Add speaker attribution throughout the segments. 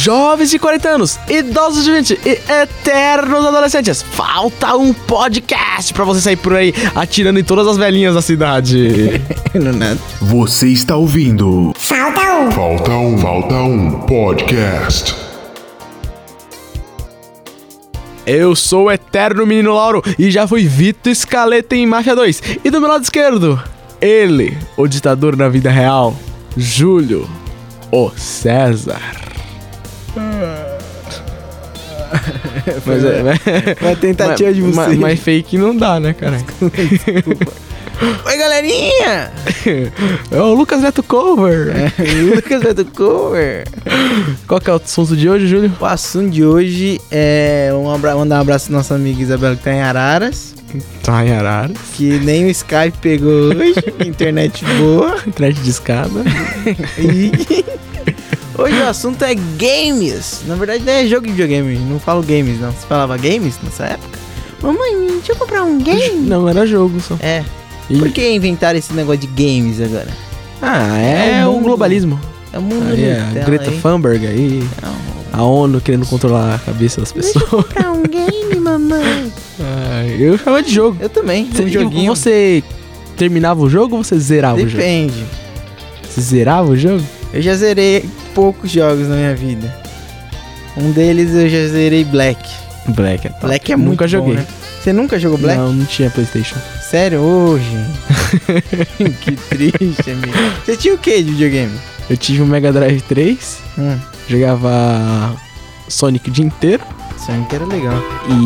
Speaker 1: Jovens de 40 anos, idosos de 20 e eternos adolescentes, falta um podcast pra você sair por aí atirando em todas as velhinhas da cidade.
Speaker 2: Você está ouvindo
Speaker 3: Falta um podcast.
Speaker 1: Eu sou o eterno menino Lauro e já fui Vito Scaletta em Máfia 2. E do meu lado esquerdo, ele, o ditador na vida real, Júlio, o César.
Speaker 4: Uma tentativa de você.
Speaker 1: Mas fake não dá, né, cara?
Speaker 4: Desculpa. Oi, galerinha!
Speaker 1: É o Lucas Neto Cover.
Speaker 4: Lucas Neto Cover.
Speaker 1: Qual que é o assunto de hoje, Júlio?
Speaker 4: O assunto de hoje é mandar um abraço pra nossa amiga Isabela, que tá em Araras.
Speaker 1: Tá em Araras.
Speaker 4: Que nem o Skype pegou hoje. Internet boa.
Speaker 1: Internet de escada.
Speaker 4: E hoje o assunto é games. Na verdade não é jogo de videogame. Não falo games, não. Você falava games nessa época? Mamãe, deixa eu comprar um game.
Speaker 1: Não, era jogo só.
Speaker 4: É. Por que inventaram esse negócio de games agora?
Speaker 1: É o globalismo.
Speaker 4: É o mundo
Speaker 1: a Greta Thunberg aí. A ONU querendo controlar a cabeça das pessoas.
Speaker 4: Deixa eu comprar um game, mamãe.
Speaker 1: Eu chamava de jogo.
Speaker 4: Eu também. Um joguinho.
Speaker 1: Você terminava o jogo ou você zerava o jogo?
Speaker 4: Depende.
Speaker 1: Você zerava o jogo?
Speaker 4: Eu já zerei poucos jogos na minha vida. Um deles eu já zerei Black.
Speaker 1: Black é top.
Speaker 4: Black é muito
Speaker 1: Nunca joguei.
Speaker 4: bom, né? Você nunca jogou Black?
Speaker 1: Não tinha PlayStation.
Speaker 4: Sério? Ô, gente. Que triste, amigo. Você tinha o que de videogame?
Speaker 1: Eu tive um Mega Drive 3. Jogava Sonic o dia inteiro.
Speaker 4: Sonic era legal.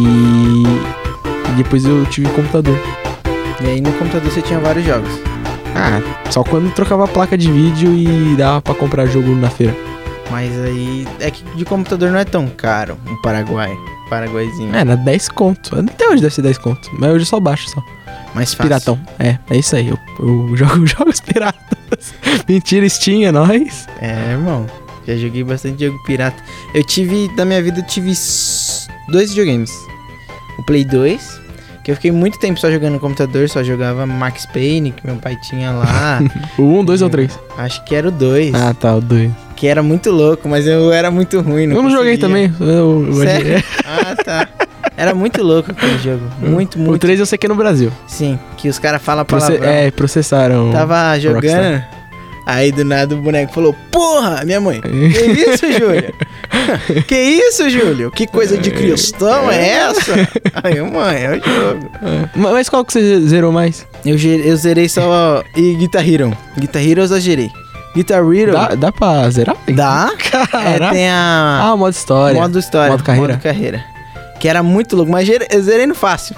Speaker 1: E depois eu tive um computador.
Speaker 4: E aí no computador você tinha vários jogos.
Speaker 1: Só quando trocava a placa de vídeo e dava pra comprar jogo na feira.
Speaker 4: Mas aí é que de computador não é tão caro um Paraguaizinho.
Speaker 1: Era 10 conto. Até hoje deve ser 10 conto. Mas hoje eu só baixo só.
Speaker 4: Mais fácil.
Speaker 1: Piratão. É isso aí. Eu jogo jogos piratas. Mentira, Steam, é nóis.
Speaker 4: É, irmão. Já joguei bastante jogo pirata. Da minha vida eu tive 2 videogames. O Play 2, que eu fiquei muito tempo só jogando no computador, só jogava Max Payne, que meu pai tinha lá.
Speaker 1: O 1, 2 ou 3?
Speaker 4: Acho que era o 2.
Speaker 1: Ah, tá, o 2.
Speaker 4: Que era muito louco, mas eu era muito ruim.
Speaker 1: Eu não joguei também.
Speaker 4: Sério? Tá. Era muito louco aquele jogo. Muito.
Speaker 1: O 3 eu sei que é no Brasil.
Speaker 4: Sim, que os caras falam palavrão.
Speaker 1: Processaram.
Speaker 4: Tava jogando,
Speaker 1: Rockstar.
Speaker 4: Aí do nada o boneco falou: porra, minha mãe, que isso, Júlio? Que isso, Júlio? Que coisa de cristão é essa? Aí, mãe, é o jogo.
Speaker 1: Mas qual que você zerou mais?
Speaker 4: Eu zerei só Guitar Hero. Guitar Hero eu já zerei. Guitar Hero.
Speaker 1: Dá pra zerar?
Speaker 4: Dá. Tem
Speaker 1: o modo história.
Speaker 4: Modo história.
Speaker 1: Modo carreira.
Speaker 4: Que era muito louco, mas eu zerei no fácil.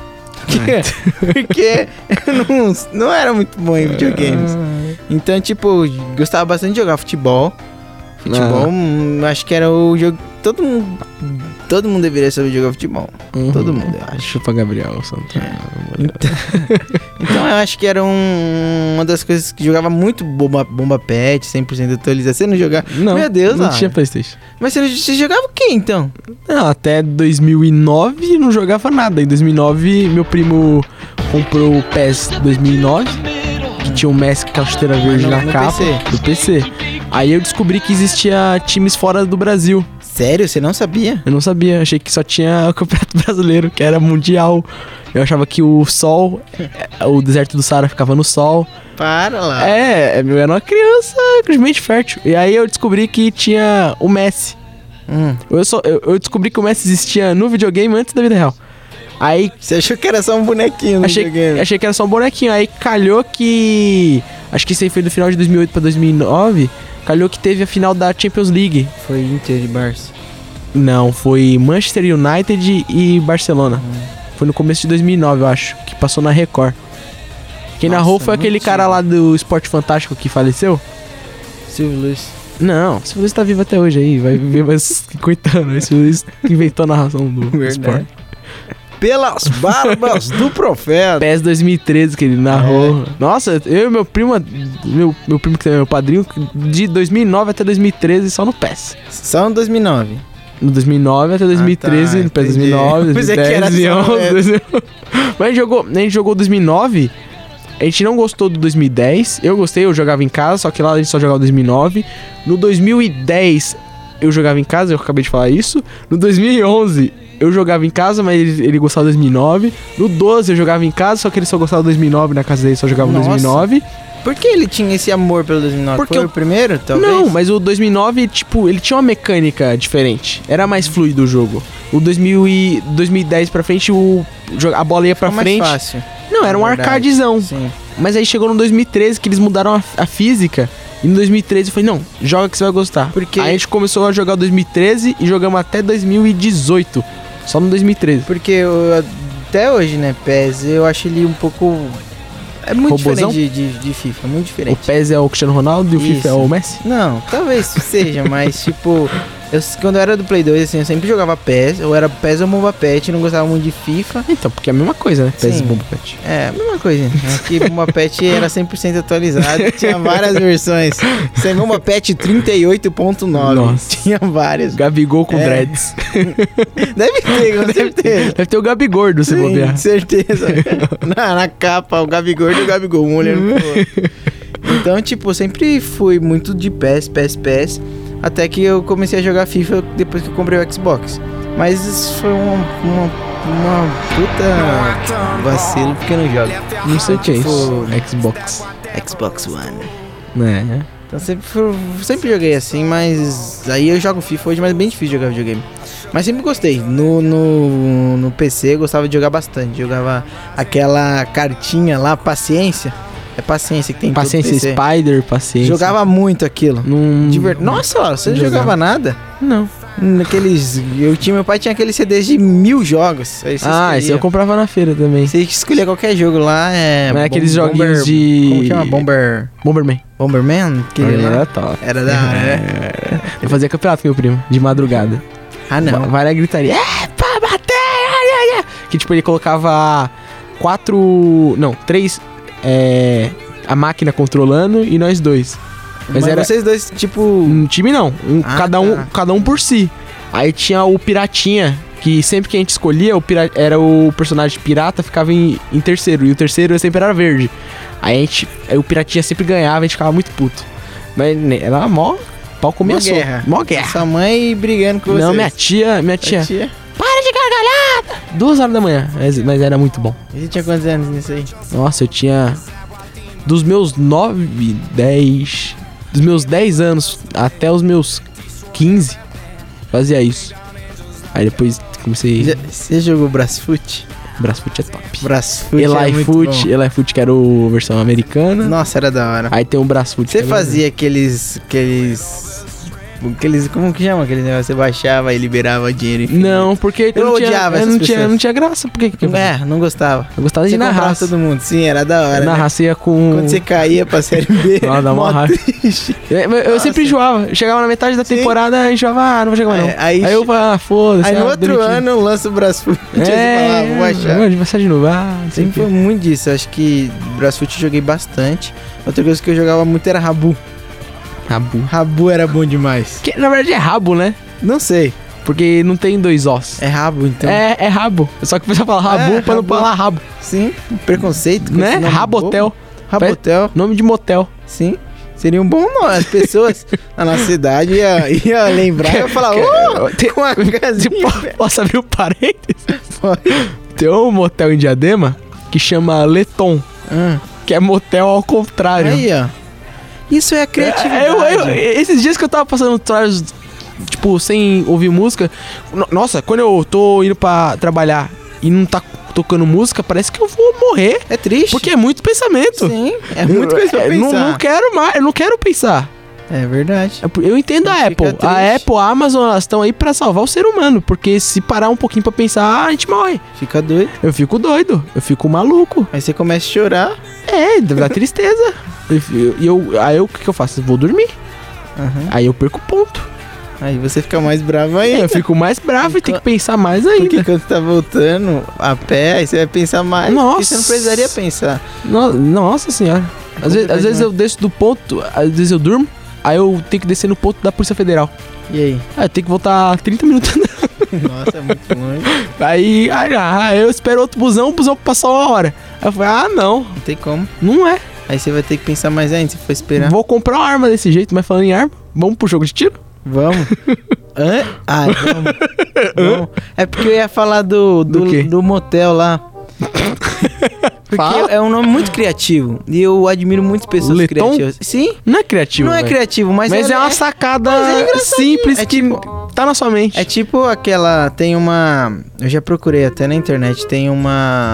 Speaker 4: Porque eu não era muito bom em videogames. Então, tipo, gostava bastante de jogar futebol. Acho que era o jogo. Todo mundo deveria saber jogar futebol. Todo mundo, eu acho.
Speaker 1: Chupa Gabriel Santana.
Speaker 4: Então eu acho que era uma das coisas que jogava muito bomba pet, 100% atualização. Você não jogava?
Speaker 1: Não,
Speaker 4: meu Deus,
Speaker 1: não tinha PlayStation.
Speaker 4: Mas você jogava o que então?
Speaker 1: Não, até 2009 não jogava nada. Em 2009 meu primo comprou o PES 2009, que tinha um Messi com a chuteira verde na capa do PC. Aí eu descobri que existia times fora do Brasil.
Speaker 4: Sério? Você não sabia?
Speaker 1: Eu não sabia, achei que só tinha o Campeonato Brasileiro, que era mundial. Eu achava que o sol, o deserto do Saara ficava no sol.
Speaker 4: Para lá.
Speaker 1: Eu era uma criança mente fértil. E aí eu descobri que tinha o Messi. Eu descobri que o Messi existia no videogame antes da vida real. Aí
Speaker 4: você achou que era só um bonequinho no videogame?
Speaker 1: Achei que era só um bonequinho. Aí calhou que... Acho que isso aí foi do final de 2008 pra 2009. Calhou que teve a final da Champions League.
Speaker 4: Foi Inter e Barça?
Speaker 1: Não, foi Manchester United e Barcelona. Foi no começo de 2009, eu acho, que passou na Record. Quem narrou foi aquele cara lá do Esporte Fantástico que faleceu.
Speaker 4: Silvio Luiz.
Speaker 1: Não, o Silvio Luiz tá vivo até hoje aí, vai viver mais 50 anos. O Silvio Luiz inventou a narração do esporte.
Speaker 4: Pelas barbas do profeta.
Speaker 1: PES 2013 que ele narrou. Nossa, eu e meu primo, meu primo que é meu padrinho, de 2009 até 2013 só no PES.
Speaker 4: Só no 2009?
Speaker 1: No 2009 até 2013, no PES 2009, 2010, 2011. Mas a gente jogou 2009, a gente não gostou do 2010. Eu gostei, eu jogava em casa, só que lá a gente só jogava 2009. No 2010, eu jogava em casa, eu acabei de falar isso. No 2011, eu jogava em casa, mas ele gostava do 2009. No 12, eu jogava em casa, só que ele só gostava do 2009, na casa dele só jogava no 2009.
Speaker 4: Por que ele tinha esse amor pelo 2009?
Speaker 1: Porque
Speaker 4: foi o primeiro, talvez?
Speaker 1: Não, mas o 2009, tipo, ele tinha uma mecânica diferente. Era mais fluido o jogo. O 2010 pra frente, a bola ia pra frente.
Speaker 4: Mais fácil.
Speaker 1: Não, era um arcadezão.
Speaker 4: Sim.
Speaker 1: Mas aí chegou no 2013 que eles mudaram a física. E no 2013 eu falei, não, joga que você vai gostar.
Speaker 4: Porque...
Speaker 1: Aí a gente começou a jogar o 2013 e jogamos até 2018. Só no 2013.
Speaker 4: Porque até hoje, né, PES, eu acho ele um pouco... É muito
Speaker 1: Robozão?
Speaker 4: diferente de FIFA, muito diferente.
Speaker 1: O PES é o Cristiano Ronaldo e o FIFA é o Messi?
Speaker 4: Não, talvez seja, mas tipo... quando eu era do Play 2, assim, eu sempre jogava PES, ou era PES ou Bomba Pet, não gostava muito de FIFA.
Speaker 1: Então, porque é a mesma coisa, né? PES e
Speaker 4: Sim.
Speaker 1: Bomba Pet.
Speaker 4: É, a mesma coisa. Aqui Bomba Pet era 100% atualizado, tinha várias versões. Isso aí, Bomba Pet 38.9.
Speaker 1: Nossa.
Speaker 4: Tinha várias.
Speaker 1: Gabigol com dreads.
Speaker 4: Deve ter, com certeza.
Speaker 1: Deve ter o Gabigordo, se bobear.
Speaker 4: Certeza. na capa, o Gabigol e o Gabigol, um olhando pro outro. Então, tipo, eu sempre fui muito de PES. Até que eu comecei a jogar FIFA depois que eu comprei o Xbox. Mas isso foi uma puta vacilo, porque eu não jogo.
Speaker 1: Não sei o que é
Speaker 4: Tipo,
Speaker 1: isso.
Speaker 4: Xbox One.
Speaker 1: Né?
Speaker 4: Então sempre joguei assim, mas aí eu jogo FIFA hoje, mas é bem difícil jogar videogame. Mas sempre gostei. No PC eu gostava de jogar bastante. Jogava aquela cartinha lá, Paciência. É Paciência que tem em todo
Speaker 1: Paciência,
Speaker 4: PC.
Speaker 1: Spider, paciência.
Speaker 4: Jogava muito aquilo.
Speaker 1: Num...
Speaker 4: Nossa, ó, você não
Speaker 1: Jogava.
Speaker 4: jogava nada?
Speaker 1: Não.
Speaker 4: Naqueles. Meu pai tinha aqueles CDs de 1000 jogos. Aí você
Speaker 1: Esse eu comprava na feira também.
Speaker 4: Você escolhia qualquer jogo lá.
Speaker 1: Não é aqueles joguinhos de...
Speaker 4: Como chama?
Speaker 1: Bomberman.
Speaker 4: Bomberman? Aquele lá?
Speaker 1: Era top.
Speaker 4: Era da hora, né?
Speaker 1: Eu fazia campeonato com meu primo, de madrugada.
Speaker 4: Ah, não.
Speaker 1: Vai na gritaria. Pra bater! Que tipo, ele colocava 3... a máquina controlando e nós dois.
Speaker 4: Mas era vocês dois, tipo...
Speaker 1: Um time não. Cada um por si. Aí tinha o Piratinha, que sempre que a gente escolhia, era o personagem pirata, ficava em terceiro. E o terceiro sempre era verde. Aí o Piratinha sempre ganhava, a gente ficava muito puto. Mas era mó... Pau começou. Mó guerra.
Speaker 4: Sua mãe brigando com vocês.
Speaker 1: Não, minha tia... Para de gargalhada! 2 horas da manhã. Mas era muito bom.
Speaker 4: E você tinha quantos anos nisso aí?
Speaker 1: Nossa, eu tinha... Dos meus 9, 10... Dos meus 10 anos até os meus 15, fazia isso. Aí depois comecei...
Speaker 4: Você jogou Brasfoot?
Speaker 1: Brasfoot é top.
Speaker 4: Brasfoot é muito bom.
Speaker 1: Eli-Foot, que era a versão americana.
Speaker 4: Nossa, era da hora.
Speaker 1: Aí tem o Brasfoot.
Speaker 4: Você fazia aqueles... Como que chama aquele negócio? Você baixava e liberava dinheiro, enfim.
Speaker 1: Não, porque
Speaker 4: eu odiava essas pessoas.
Speaker 1: Não tinha graça. Por que eu fazia?
Speaker 4: Não gostava.
Speaker 1: Eu gostava de narrar.
Speaker 4: Todo mundo. Sim, era da hora.
Speaker 1: Narrar, você ia com...
Speaker 4: Quando você caía pra Série B.
Speaker 1: Dá uma raiva. Eu sempre enjoava. Eu chegava na metade da temporada, enjoava, não vou jogar mais não. Aí eu falava, foda-se.
Speaker 4: Aí no outro ano eu lanço o Brasfoot.
Speaker 1: Vou baixar. Vou baixar de novo.
Speaker 4: Sempre foi muito disso. Acho que Brasfoot eu joguei bastante. Outra coisa que eu jogava muito era Rabu. Rabu era bom demais.
Speaker 1: Que na verdade é rabo, né?
Speaker 4: Não sei.
Speaker 1: Porque não tem 2 ossos.
Speaker 4: É rabo, então.
Speaker 1: É rabo. Só que o pessoal fala rabu pra não falar rabo.
Speaker 4: Sim, preconceito.
Speaker 1: Né? Rabotel.
Speaker 4: Rabotel.
Speaker 1: Nome de motel.
Speaker 4: Sim. Seria um bom nome. As pessoas na nossa cidade ia lembrar e ia falar, com uma casinha.
Speaker 1: Posso abrir o parênteses? Tem um motel em Diadema que chama Leton. Que é motel ao contrário.
Speaker 4: Aí, ó. Isso é a criatividade.
Speaker 1: Esses dias que eu tava passando trás, tipo, sem ouvir música. Nossa, quando eu tô indo pra trabalhar e não tá tocando música, parece que eu vou morrer.
Speaker 4: É triste.
Speaker 1: Porque é muito pensamento.
Speaker 4: Sim, é muito coisa pra pensar.
Speaker 1: Não quero mais, eu não quero pensar.
Speaker 4: É verdade.
Speaker 1: Eu entendo a Apple. A Apple, a Amazon, elas estão aí pra salvar o ser humano. Porque se parar um pouquinho pra pensar, a gente morre.
Speaker 4: Fica doido.
Speaker 1: Eu fico doido. Eu fico maluco.
Speaker 4: Aí você começa a chorar.
Speaker 1: Dá tristeza. Aí o que eu faço? Eu vou dormir. Aí eu perco ponto.
Speaker 4: Aí você fica mais bravo ainda.
Speaker 1: Eu fico mais bravo e tenho que pensar mais ainda.
Speaker 4: Porque quando tá voltando a pé, aí você vai pensar mais.
Speaker 1: Nossa.
Speaker 4: Porque você não precisaria pensar.
Speaker 1: Nossa senhora. Às vezes eu desço do ponto, às vezes eu durmo, aí eu tenho que descer no ponto da Polícia Federal.
Speaker 4: E aí?
Speaker 1: Aí eu tenho que voltar 30 minutos.
Speaker 4: Nossa, é muito longe.
Speaker 1: Aí eu espero outro busão, o busão passou 1 hora. Aí eu falei, não.
Speaker 4: Não tem como.
Speaker 1: Não é.
Speaker 4: Aí você vai ter que pensar mais ainda, se for esperar.
Speaker 1: Vou comprar uma arma desse jeito, mas falando em arma, vamos pro jogo de tiro?
Speaker 4: Vamos. Hã? Ah, vamos. É porque eu ia falar do motel lá. Porque
Speaker 1: Fala.
Speaker 4: é um nome muito criativo. E eu admiro muitas pessoas
Speaker 1: Leton?
Speaker 4: criativas. Sim.
Speaker 1: Não é criativo,
Speaker 4: Não é
Speaker 1: velho.
Speaker 4: criativo, mas
Speaker 1: é uma sacada
Speaker 4: mas é engraçadinho.
Speaker 1: simples
Speaker 4: É
Speaker 1: que
Speaker 4: tipo-
Speaker 1: tá na sua mente.
Speaker 4: É tipo aquela... Tem uma... Eu já procurei até na internet. Tem não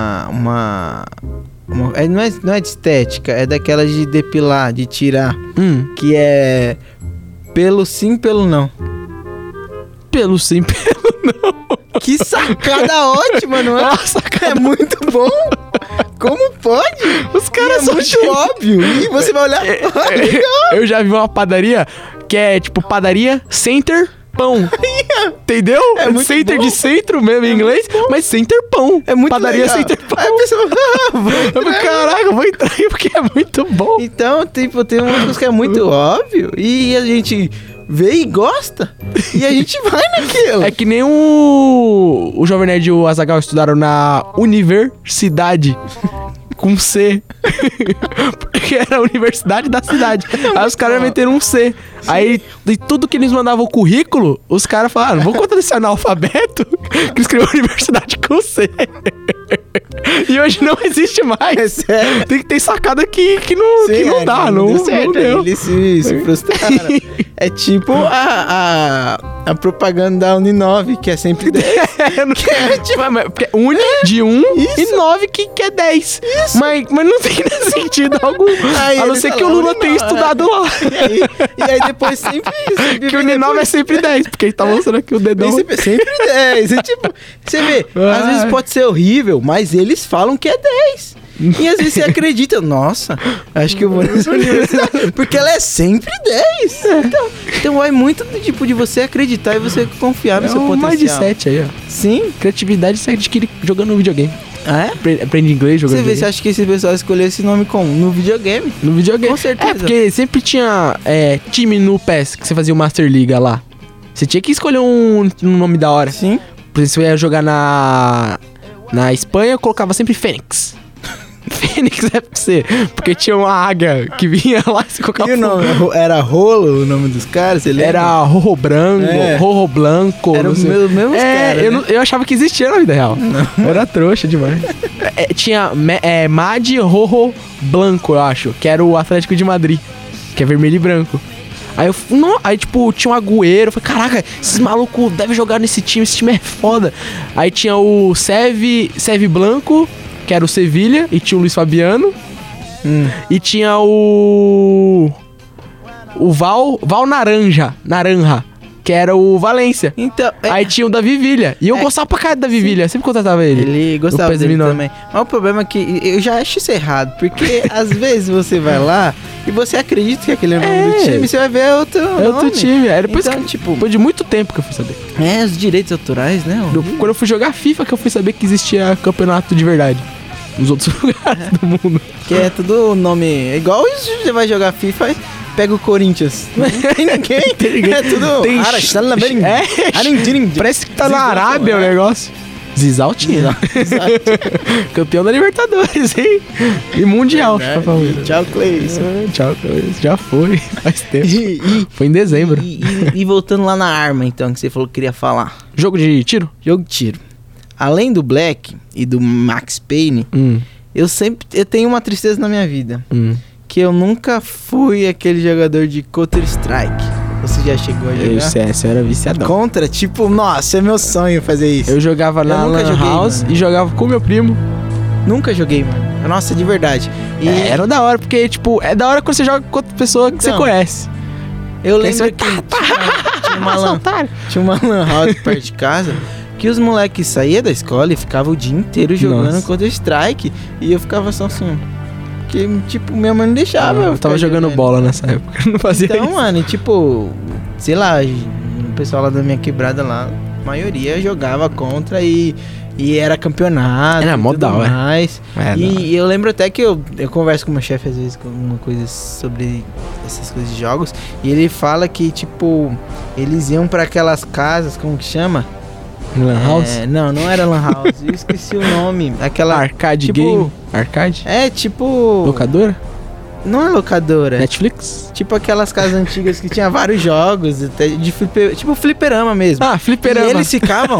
Speaker 4: é de estética. É daquela de depilar, de tirar. Que é... Pelo sim, pelo não.
Speaker 1: Pelo sim, pelo não.
Speaker 4: Que sacada ótima, não é?
Speaker 1: Nossa,
Speaker 4: É muito bom. Como pode?
Speaker 1: Os caras
Speaker 4: É
Speaker 1: são
Speaker 4: muito
Speaker 1: gênios.
Speaker 4: óbvio. E você vai olhar...
Speaker 1: Eu já vi uma padaria que é tipo padaria center pão. Entendeu?
Speaker 4: É muito
Speaker 1: center
Speaker 4: bom.
Speaker 1: de centro mesmo em inglês, mas center pão.
Speaker 4: É muito
Speaker 1: padaria
Speaker 4: legal.
Speaker 1: center pão.
Speaker 4: Aí a pessoa...
Speaker 1: Eu falei, caraca, eu vou entrar aí porque é muito bom.
Speaker 4: Então, tipo, tem umas coisas que é muito óbvio e a gente vê e gosta. E a gente vai naquilo.
Speaker 1: É que nem o Jovem Nerd e o Azaghal estudaram na universidade. Com C. Porque era a universidade da cidade. Aí os caras meteram um C. Aí, de tudo que eles mandavam o currículo, os caras falaram, vou contratar analfabeto que escreveu universidade com C. E hoje não existe mais.
Speaker 4: É sério.
Speaker 1: Tem que ter sacada que não,
Speaker 4: Sim,
Speaker 1: que não dá, não
Speaker 4: deu certo.
Speaker 1: não deu.
Speaker 4: Eles se frustraram. É tipo a propaganda da Uninove, que é sempre 10.
Speaker 1: Que é, tipo, porque Uni de 1 e 9 que é 10. Mas não tem sentido algum.
Speaker 4: Aí
Speaker 1: A não
Speaker 4: ele
Speaker 1: ser que o
Speaker 4: falou
Speaker 1: Lula tenha
Speaker 4: Uninove,
Speaker 1: estudado lá.
Speaker 4: E aí depois sempre
Speaker 1: Que o Uni9 é sempre 10, porque ele tá mostrando aqui o dedão.
Speaker 4: sempre 10. E, tipo, você vê, às vezes pode ser horrível, mas eles falam que é 10. E às vezes você acredita, nossa, acho que eu vou nessa universidade. Porque ela é sempre 10. Então vai muito do tipo de você acreditar e você confiar no seu potencial.
Speaker 1: Mais de 7 aí, ó.
Speaker 4: Sim.
Speaker 1: Criatividade você adquire jogando videogame.
Speaker 4: Ah, é?
Speaker 1: Aprende inglês jogando
Speaker 4: Você vê, você
Speaker 1: videogame.
Speaker 4: acha que esse pessoal escolheu esse nome como? No videogame?
Speaker 1: No videogame.
Speaker 4: Com certeza.
Speaker 1: É, porque sempre tinha time no PES, que você fazia o Master League lá. Você tinha que escolher um nome da hora.
Speaker 4: Sim.
Speaker 1: Por exemplo, você ia jogar na Espanha, eu colocava sempre Fênix. Fênix FC, porque tinha uma águia que vinha lá e se colocava.
Speaker 4: E o nome? Era Rolo o nome dos caras? Você lembra?
Speaker 1: Era Rojo Branco,
Speaker 4: É.
Speaker 1: Rojo Blanco.
Speaker 4: Era
Speaker 1: não
Speaker 4: os
Speaker 1: sei.
Speaker 4: mesmos caras,
Speaker 1: eu,
Speaker 4: né?
Speaker 1: eu achava que existia na vida real. Não. Era trouxa demais. Tinha Mad Rojo Blanco, eu acho, que era o Atlético de Madrid, que é vermelho e branco. Aí tipo, tinha um Agüero. Eu falei, caraca, esses malucos devem jogar nesse time é foda. Aí tinha o Seve Blanco, que era o Sevilha, e tinha o Luiz Fabiano. E tinha o Val Naranja, que era o Valência.
Speaker 4: Então,
Speaker 1: Aí tinha o Davi Villa. E eu gostava pra caralho do Davi Villa, sempre contratava ele.
Speaker 4: ele gostava
Speaker 1: PES
Speaker 4: dele
Speaker 1: 2009.
Speaker 4: também. Mas o problema é que eu já acho isso errado. Porque às vezes você vai lá e você acredita que aquele é o nome do time, você vai ver outro nome.
Speaker 1: É outro time. Era depois,
Speaker 4: Então, tipo,
Speaker 1: depois de muito tempo que eu fui saber.
Speaker 4: os direitos autorais, né?
Speaker 1: Quando eu fui jogar FIFA, que eu fui saber que existia campeonato de verdade. Nos outros lugares do mundo.
Speaker 4: Que é tudo nome... Igual você vai jogar FIFA e pega o Corinthians. Não tem ninguém. É tudo...
Speaker 1: Tem- Parece que tá na
Speaker 4: Zizal,
Speaker 1: Arábia o negócio. Zizal tinha. Campeão da Libertadores, hein? E Mundial.
Speaker 4: Verdade.
Speaker 1: FIFA favorito.
Speaker 4: Tchau, Cleison.
Speaker 1: Tchau, já foi. Faz tempo. Foi em dezembro.
Speaker 4: E voltando lá na arma, então, que você falou que queria falar.
Speaker 1: Jogo de tiro?
Speaker 4: Jogo de tiro. Além do Black e do Max Payne, eu tenho uma tristeza na minha vida. Que eu nunca fui aquele jogador de Counter-Strike. Você já chegou a jogar?
Speaker 1: Eu era viciadão.
Speaker 4: Contra? Tipo, nossa, é meu sonho fazer isso.
Speaker 1: Eu jogava na
Speaker 4: nunca
Speaker 1: Lan
Speaker 4: joguei,
Speaker 1: House
Speaker 4: mano.
Speaker 1: e jogava com meu primo.
Speaker 4: Nunca joguei, mano. Nossa, de verdade. E
Speaker 1: Era da hora, porque, tipo, é da hora quando você joga com outra pessoa que você
Speaker 4: Então,
Speaker 1: conhece.
Speaker 4: eu
Speaker 1: Porque
Speaker 4: lembro
Speaker 1: você
Speaker 4: que
Speaker 1: vai-
Speaker 4: tinha uma lan house perto de casa que os moleques saíam da escola e ficavam o dia inteiro jogando
Speaker 1: Nossa.
Speaker 4: Counter-Strike. E eu ficava só assim... Porque, tipo, minha mãe não deixava.
Speaker 1: Eu tava
Speaker 4: ficar
Speaker 1: jogando bola nessa época. Eu não fazia
Speaker 4: Então,
Speaker 1: isso.
Speaker 4: mano, e tipo, sei lá, o pessoal lá da minha quebrada lá, a maioria jogava contra e era campeonato.
Speaker 1: Era
Speaker 4: e
Speaker 1: mó
Speaker 4: tudo
Speaker 1: da hora.
Speaker 4: mais.
Speaker 1: É,
Speaker 4: E eu lembro até que eu converso com o meu chefe às vezes com alguma coisa sobre essas coisas de jogos. E ele fala que, tipo, eles iam pra aquelas casas, como que chama?
Speaker 1: Lan House?
Speaker 4: Não era Lan House. Eu esqueci o nome. Aquela.
Speaker 1: Arcade
Speaker 4: tipo,
Speaker 1: game? Arcade?
Speaker 4: É tipo.
Speaker 1: Locadora?
Speaker 4: Não é locadora.
Speaker 1: Netflix?
Speaker 4: Tipo aquelas casas antigas que tinha vários jogos, até de tipo fliperama mesmo.
Speaker 1: Ah, fliperama.
Speaker 4: E eles ficavam...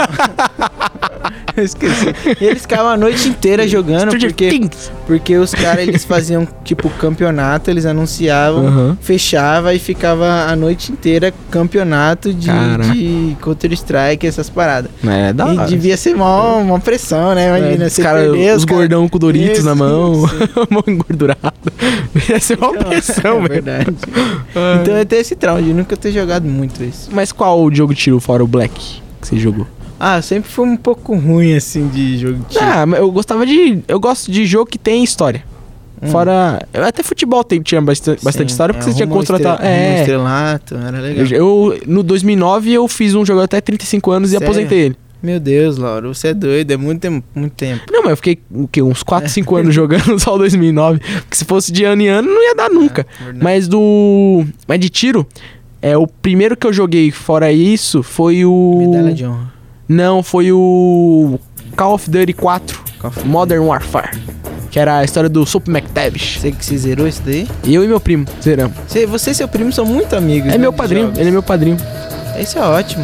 Speaker 4: Eu esqueci. E eles ficavam a noite inteira jogando, porque os caras, eles faziam, tipo, campeonato, eles anunciavam, fechava e ficava a noite inteira campeonato de Counter-Strike, essas paradas.
Speaker 1: É, da hora.
Speaker 4: E devia ser uma pressão, né? Imagina,
Speaker 1: os caras, gordão com Doritos na mão, mão engordurada. Ia ser uma pressão, velho.
Speaker 4: É verdade. Então eu tenho esse trauma de nunca ter jogado muito isso.
Speaker 1: Mas qual o jogo de tiro fora o Black que você jogou?
Speaker 4: Ah, sempre foi um pouco ruim, assim, de jogo de tiro.
Speaker 1: Ah, eu gosto de jogo que tem história. Fora... Até futebol tinha bastante história, porque você tinha que contratar...
Speaker 4: Estrelato, era legal.
Speaker 1: No 2009, eu fiz um jogo até 35 anos. Sério? E aposentei ele.
Speaker 4: Meu Deus, Lauro, você é doido, é muito tempo.
Speaker 1: Não, mas eu fiquei uns 4, 5 anos jogando só o 2009. Porque se fosse de ano em ano, não ia dar nunca. Mas de tiro, o primeiro que eu joguei fora isso foi o...
Speaker 4: Medalha de honra.
Speaker 1: Não, foi o Call of Duty 4, Modern Warfare. Que era a história do Soap McTavish.
Speaker 4: Você que se zerou isso daí?
Speaker 1: Eu e meu primo zeramos.
Speaker 4: Você e seu primo são muito amigos.
Speaker 1: É meu padrinho, ele é meu padrinho.
Speaker 4: Isso é ótimo.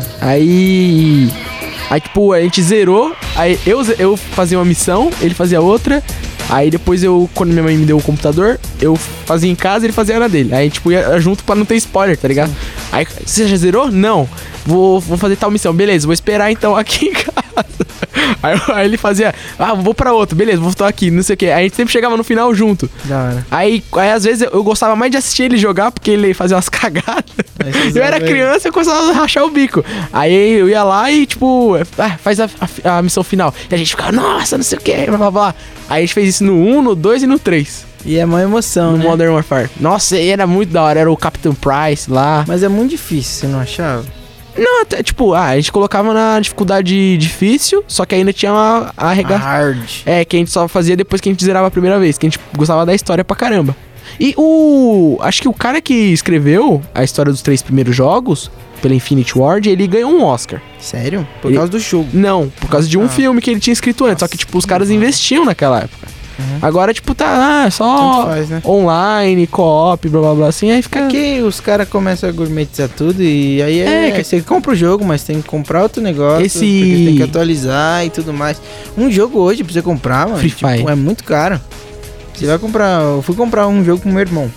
Speaker 1: Aí, tipo, a gente zerou. Aí eu fazia uma missão, ele fazia outra. Aí depois quando minha mãe me deu o computador, eu fazia em casa e ele fazia na dele. Aí, tipo, ia junto pra não ter spoiler, tá ligado? Sim. Aí, você já zerou? Não. Vou fazer tal missão. Beleza, vou esperar então aqui em casa. Aí ele fazia, vou pra outro. Beleza, vou estar aqui, não sei o que. Aí a gente sempre chegava no final junto.
Speaker 4: Da hora.
Speaker 1: Aí às vezes eu gostava mais de assistir ele jogar, porque ele fazia umas cagadas. Eu era criança e eu começava a rachar o bico. Aí eu ia lá e, tipo, faz a missão final. E a gente ficava, nossa, não sei o que, blá blá blá. Aí a gente fez isso no 1, no 2 e no 3.
Speaker 4: E é uma emoção,
Speaker 1: no
Speaker 4: né?
Speaker 1: Modern Warfare. Nossa, e era muito da hora, era o Captain Price lá.
Speaker 4: Mas é muito difícil, você não achava?
Speaker 1: Não, até, tipo, a gente colocava na dificuldade difícil, só que ainda tinha a
Speaker 4: hard.
Speaker 1: Que a gente só fazia depois que a gente zerava a primeira vez, que a gente gostava da história pra caramba. E acho que o cara que escreveu a história dos 3 primeiros jogos, pela Infinity Ward, ele ganhou um Oscar.
Speaker 4: Sério? Por causa do jogo?
Speaker 1: Não, por causa de um filme que ele tinha escrito antes. Nossa, só que, tipo, os caras investiam naquela época. Agora, tipo, tá só
Speaker 4: faz, né?
Speaker 1: online, co-op, blá blá blá, assim, aí fica...
Speaker 4: Aqui os caras começam a gourmetizar tudo e aí você compra o jogo, mas tem que comprar outro negócio, porque tem que atualizar e tudo mais. Um jogo hoje pra você comprar, mano,
Speaker 1: Free Fire.
Speaker 4: É muito caro. Você vai comprar... Eu fui comprar um jogo com meu irmão,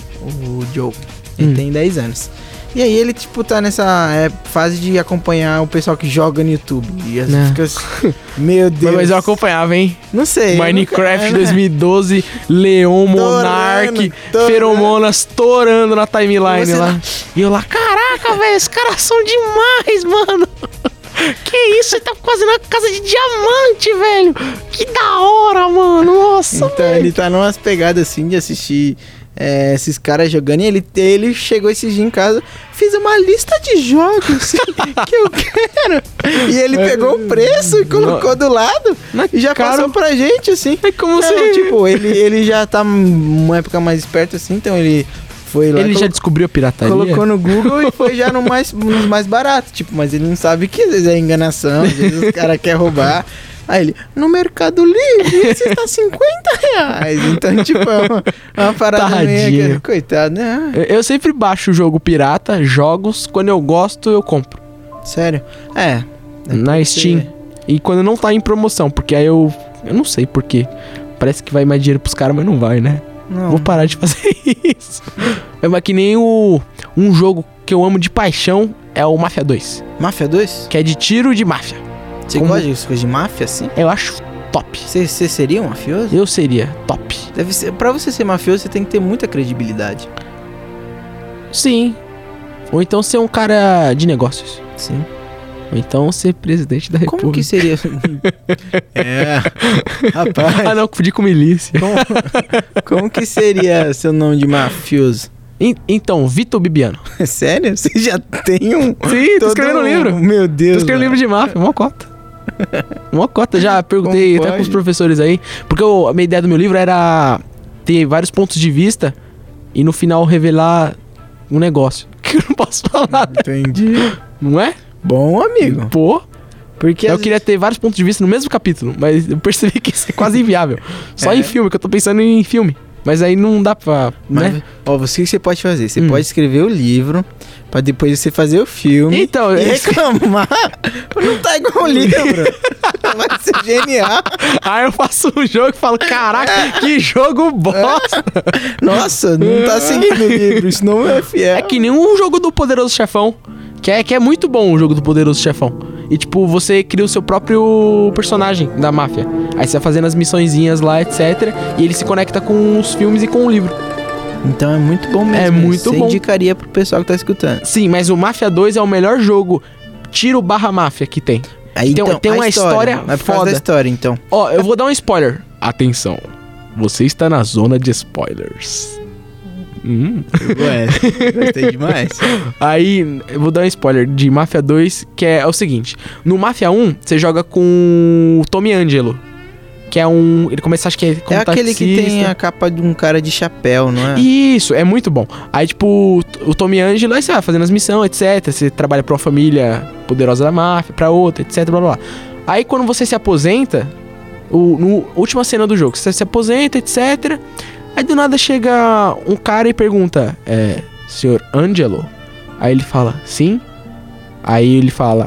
Speaker 4: o Joe. Ele tem 10 anos. E aí ele, tipo, tá nessa fase de acompanhar o pessoal que joga no YouTube. E assim fica assim, meu Deus.
Speaker 1: Mas eu acompanhava, hein?
Speaker 4: Não sei.
Speaker 1: Minecraft 2012, Leon, Monark, feromonas torando na timeline lá. E eu lá, caraca, velho, esses caras são demais, mano. Que isso, você tá fazendo uma casa de diamante, velho. Que da hora, mano. Nossa,
Speaker 4: então ele tá numas pegadas assim de assistir... esses caras jogando, e ele chegou esse dia em casa, fiz uma lista de jogos que eu quero, e ele pegou o preço e colocou do lado e já passou pra gente, assim.
Speaker 1: É como se...
Speaker 4: Tipo, ele já tá numa época mais esperto, assim, então ele foi lá...
Speaker 1: Ele já descobriu a pirataria?
Speaker 4: Colocou no Google e foi já nos mais baratos, tipo, mas ele não sabe que às vezes é enganação, às vezes os caras querem roubar. Aí ele, no Mercado Livre, esse está R$50. Então, tipo, é uma parada meio... Coitado, né?
Speaker 1: Eu sempre baixo o jogo pirata, jogos, quando eu gosto, eu compro.
Speaker 4: Sério?
Speaker 1: Na Steam. E quando não tá em promoção, porque aí eu não sei porquê. Parece que vai mais dinheiro pros caras, mas não vai, né?
Speaker 4: Não.
Speaker 1: Vou parar de fazer isso. Mas que nem um jogo que eu amo de paixão é o Mafia 2.
Speaker 4: Mafia 2?
Speaker 1: Que é de tiro de máfia.
Speaker 4: Você gosta de coisa de máfia, assim?
Speaker 1: Eu acho top.
Speaker 4: Você seria um mafioso?
Speaker 1: Eu seria top.
Speaker 4: Deve ser, pra você ser mafioso, você tem que ter muita credibilidade.
Speaker 1: Sim. Ou então ser um cara de negócios.
Speaker 4: Sim.
Speaker 1: Ou então ser presidente da república.
Speaker 4: Como que seria? Rapaz.
Speaker 1: Não, confundi com milícia.
Speaker 4: Como que seria seu nome de mafioso?
Speaker 1: Então, Vitor Bibiano.
Speaker 4: Sério? Você já tem um...
Speaker 1: Sim, tô escrevendo um livro.
Speaker 4: Meu Deus.
Speaker 1: Tô escrevendo livro de máfia, mó cota. Já perguntei até pros professores aí. Porque a minha ideia do meu livro era ter vários pontos de vista e no final revelar um negócio que eu não posso falar.
Speaker 4: Entendi.
Speaker 1: Não é?
Speaker 4: Bom, amigo.
Speaker 1: Pô.
Speaker 4: Porque
Speaker 1: eu queria ter vários pontos de vista no mesmo capítulo, mas eu percebi que isso é quase inviável. Só em filme, que eu tô pensando em filme. Mas aí não dá pra, né?
Speaker 4: Ó, o que você pode fazer? Você pode escrever o livro, pra depois você fazer o filme
Speaker 1: Então,
Speaker 4: e reclamar. Não tá igual o livro. Vai ser genial.
Speaker 1: Aí eu faço um jogo e falo, caraca, que jogo bosta.
Speaker 4: Nossa, não tá seguindo o livro, isso não é fiel.
Speaker 1: É que nem um jogo do Poderoso Chefão, que é muito bom o jogo do Poderoso Chefão. E tipo, você cria o seu próprio personagem da máfia. Aí você vai fazendo as missõezinhas lá, etc. E ele se conecta com os filmes e com o livro.
Speaker 4: Então é muito bom mesmo.
Speaker 1: É muito bom.
Speaker 4: Você indicaria pro pessoal que tá escutando.
Speaker 1: Sim, mas o Mafia 2 é o melhor jogo tiro/máfia que tem.
Speaker 4: Aí,
Speaker 1: tem,
Speaker 4: então,
Speaker 1: tem uma história
Speaker 4: mas por causa
Speaker 1: foda.
Speaker 4: da história, então.
Speaker 1: Ó, eu vou dar um spoiler. Atenção, você está na zona de spoilers.
Speaker 4: Ué, gostei demais.
Speaker 1: Aí, eu vou dar um spoiler de Mafia 2, que é o seguinte. No Mafia 1, você joga com o Tommy Angelo, que é um... Ele começa, acho que é como
Speaker 4: É aquele que
Speaker 1: taxista.
Speaker 4: tem a capa de um cara de chapéu, não é?
Speaker 1: Isso, é muito bom. Aí, tipo, o Tommy Angelo, aí você vai fazendo as missões, etc. Você trabalha pra uma família poderosa da máfia, pra outra, etc, blá, blá, blá. Aí, quando você se aposenta, no última cena do jogo, você se aposenta, etc. Aí, do nada, chega um cara e pergunta, senhor Angelo? Aí ele fala, sim. Aí ele fala,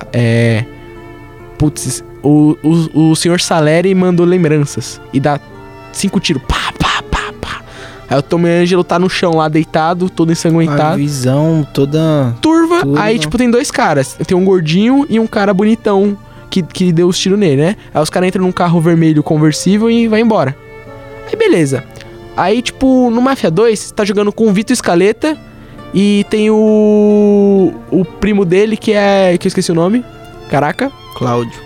Speaker 1: putz, o senhor Salieri mandou lembranças. E dá 5 tiros, pá, pá, pá, pá. Aí o Tommy Angelo tá no chão lá, deitado, todo ensanguentado.
Speaker 4: A visão toda...
Speaker 1: Turva. Aí, tipo, tem 2 caras. Tem um gordinho e um cara bonitão que deu os tiros nele, né? Aí os caras entram num carro vermelho conversível e vai embora. Aí, beleza. Aí, tipo, no Mafia 2, você tá jogando com o Vito Scaletta e tem o primo dele, que eu esqueci o nome. Caraca.
Speaker 4: Cláudio.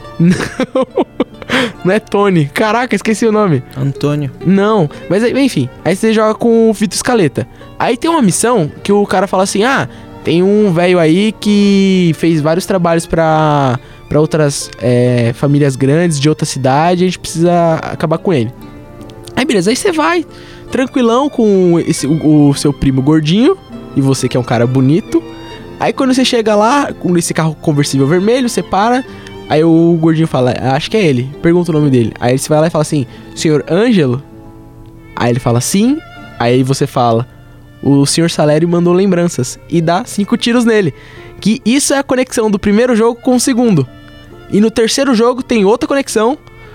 Speaker 1: Não é Tony. Caraca, esqueci o nome.
Speaker 4: Antônio.
Speaker 1: Não, mas enfim. Aí você joga com o Vito Scaletta. Aí tem uma missão que o cara fala assim, tem um velho aí que fez vários trabalhos pra outras famílias grandes de outra cidade, a gente precisa acabar com ele. Aí beleza, aí você vai tranquilão com o seu primo gordinho e você que é um cara bonito. Aí quando você chega lá, com esse carro conversível vermelho, você para. Aí o gordinho fala, acho que é ele. Pergunta o nome dele. Aí você vai lá e fala assim, senhor Ângelo? Aí ele fala, sim. Aí você fala, o senhor Salieri mandou lembranças. E dá 5 tiros nele. Que isso é a conexão do primeiro jogo com o segundo. E no terceiro jogo tem outra conexão,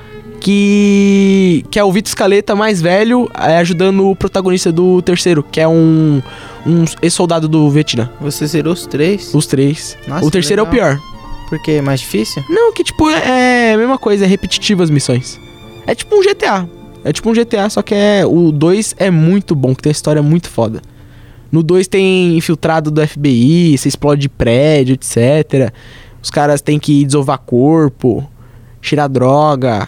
Speaker 1: que é o Vito Scaletta mais velho, ajudando o protagonista do terceiro, que é um ex-soldado do Vietnã.
Speaker 4: Você zerou os 3?
Speaker 1: Os 3.
Speaker 4: Nossa,
Speaker 1: o terceiro
Speaker 4: legal.
Speaker 1: é o pior.
Speaker 4: Porque é mais difícil?
Speaker 1: Não, que tipo, é a mesma coisa, é repetitivo as missões. É tipo um GTA. É tipo um GTA, só que o 2 é muito bom, que tem uma história muito foda. No 2 tem infiltrado do FBI, você explode prédio, etc. Os caras têm que desovar corpo, tirar droga,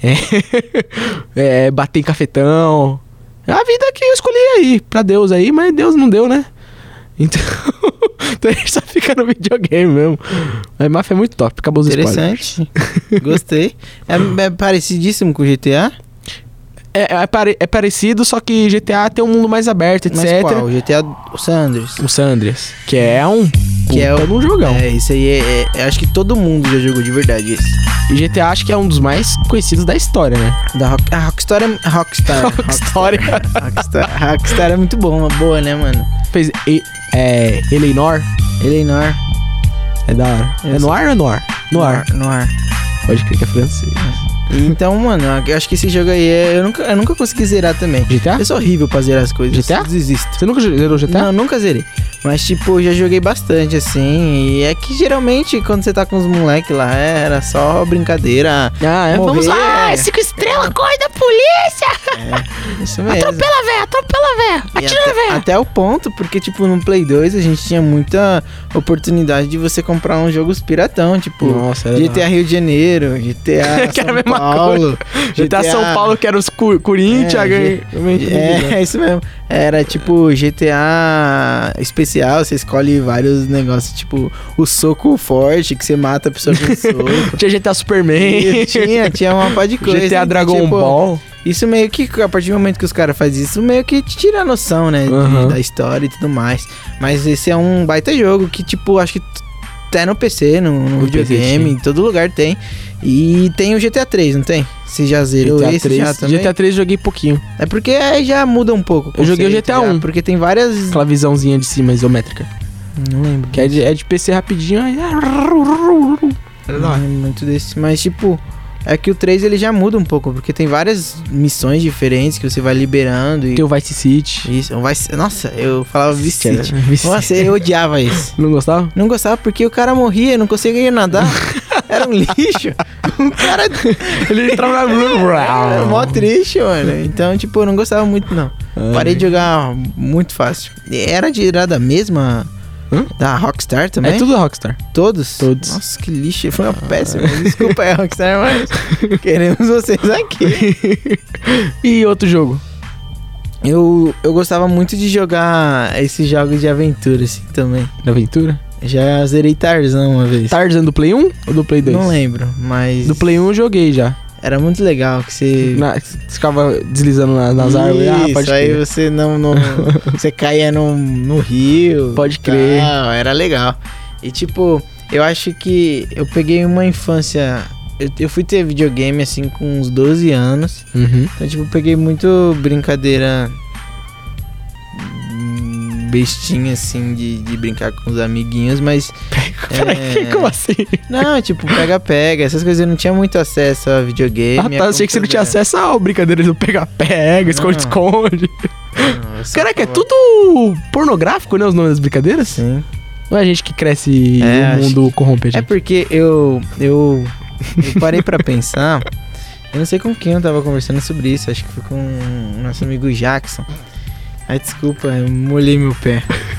Speaker 1: bater em cafetão. É a vida que eu escolhi aí, pra Deus aí, mas Deus não deu, né? Então a gente só fica no videogame mesmo. Mas Mafia é muito top, acabou os spoilers.
Speaker 4: Interessante. Gostei. É parecidíssimo com o GTA?
Speaker 1: É parecido, só que GTA tem um mundo mais aberto, etc.
Speaker 4: Mas qual? O GTA San Andreas?
Speaker 1: O San Andreas, que é um jogão.
Speaker 4: Isso aí acho que todo mundo já jogou de verdade esse.
Speaker 1: E GTA acho que é um dos mais conhecidos da história, né?
Speaker 4: Rockstar Rockstar é muito bom, uma boa, né, mano?
Speaker 1: Fez Eleanor. É da hora. É Noir ou Noir?
Speaker 4: Noir.
Speaker 1: Pode crer que é francês.
Speaker 4: Então, mano, eu acho que esse jogo aí eu nunca consegui zerar também.
Speaker 1: GTA?
Speaker 4: Eu sou horrível pra zerar as coisas.
Speaker 1: GTA?
Speaker 4: Eu desisto.
Speaker 1: Você nunca zerou GTA?
Speaker 4: Não, nunca zerei. Mas, tipo, já joguei bastante, assim. E é que geralmente, quando você tá com os moleques lá, era só brincadeira. Morrer,
Speaker 1: vamos lá, 5 estrelas, corre da polícia!
Speaker 4: Isso mesmo.
Speaker 1: Atropela, velho! Atira, velho!
Speaker 4: Até o ponto, porque, tipo, no Play 2 a gente tinha muita oportunidade de você comprar uns jogos piratão, tipo,
Speaker 1: Nossa,
Speaker 4: GTA Rio de Janeiro, GTA
Speaker 1: que era a
Speaker 4: São
Speaker 1: mesma
Speaker 4: Paulo.
Speaker 1: GTA São Paulo, que era os Corinthians.
Speaker 4: É isso mesmo. Era tipo GTA especial, você escolhe vários negócios, tipo o soco forte, que você mata a pessoa com soco.
Speaker 1: Tinha GTA Superman.
Speaker 4: Tinha uma par de coisa.
Speaker 1: GTA Dragon
Speaker 4: tipo,
Speaker 1: Ball.
Speaker 4: Isso meio que, a partir do momento que os caras fazem isso, meio que te tira a noção, né, da história e tudo mais. Mas esse é um baita jogo que, tipo, acho que até no PC, no videogame, em todo lugar tem. E tem o GTA 3, não tem? Você já zerou
Speaker 1: GTA
Speaker 4: esse
Speaker 1: 3,
Speaker 4: já também?
Speaker 1: GTA 3 joguei pouquinho.
Speaker 4: É porque aí já muda um pouco.
Speaker 1: Eu joguei o GTA 1.
Speaker 4: Porque tem várias...
Speaker 1: Aquela visãozinha de cima, isométrica.
Speaker 4: Não lembro.
Speaker 1: Que é de PC rapidinho. Aí...
Speaker 4: Não lembro muito desse. Mas, tipo, é que o 3 ele já muda um pouco. Porque tem várias missões diferentes que você vai liberando. E...
Speaker 1: Tem o Vice City.
Speaker 4: Isso, Nossa, eu falava Vice City.
Speaker 1: Vice
Speaker 4: Nossa, eu odiava isso.
Speaker 1: Não gostava?
Speaker 4: Não gostava porque o cara morria, não conseguia nadar. Era um lixo. O cara...
Speaker 1: Ele entrava
Speaker 4: Era mó triste, mano. Então, tipo, eu não gostava muito, não. Parei de jogar muito fácil. Era da mesma... Da Rockstar também?
Speaker 1: É tudo da Rockstar.
Speaker 4: Todos?
Speaker 1: Todos.
Speaker 4: Nossa, que lixo. Foi uma péssima. Desculpa aí, Rockstar, mas queremos vocês aqui.
Speaker 1: E outro jogo?
Speaker 4: Eu gostava muito de jogar esses jogos de aventura, assim, também.
Speaker 1: Da aventura?
Speaker 4: Já zerei Tarzan uma vez.
Speaker 1: Tarzan do Play 1 ou do Play 2?
Speaker 4: Não lembro, mas...
Speaker 1: Do Play 1 eu joguei já.
Speaker 4: Era muito legal que você...
Speaker 1: Você ficava deslizando nas árvores.
Speaker 4: Isso, aí você não você caía no rio.
Speaker 1: Pode crer.
Speaker 4: Era legal. E tipo, eu acho que eu peguei uma infância... Eu fui ter videogame assim com uns 12 anos.
Speaker 1: Uhum.
Speaker 4: Então tipo, eu peguei muito brincadeira... bestinha assim de brincar com os amiguinhos, mas...
Speaker 1: Peraí, como assim?
Speaker 4: Não, tipo, pega-pega, essas coisas eu não tinha muito acesso a videogame.
Speaker 1: Achei que você não tinha acesso a brincadeiras do pega-pega, esconde-esconde. Caraca, é tudo pornográfico, né, os nomes das brincadeiras?
Speaker 4: Sim.
Speaker 1: Não é a gente que cresce no mundo corrompe a gente.
Speaker 4: É porque eu parei pra pensar, eu não sei com quem eu tava conversando sobre isso, acho que foi com o nosso amigo Jackson. Ai, desculpa, eu molhei meu pé.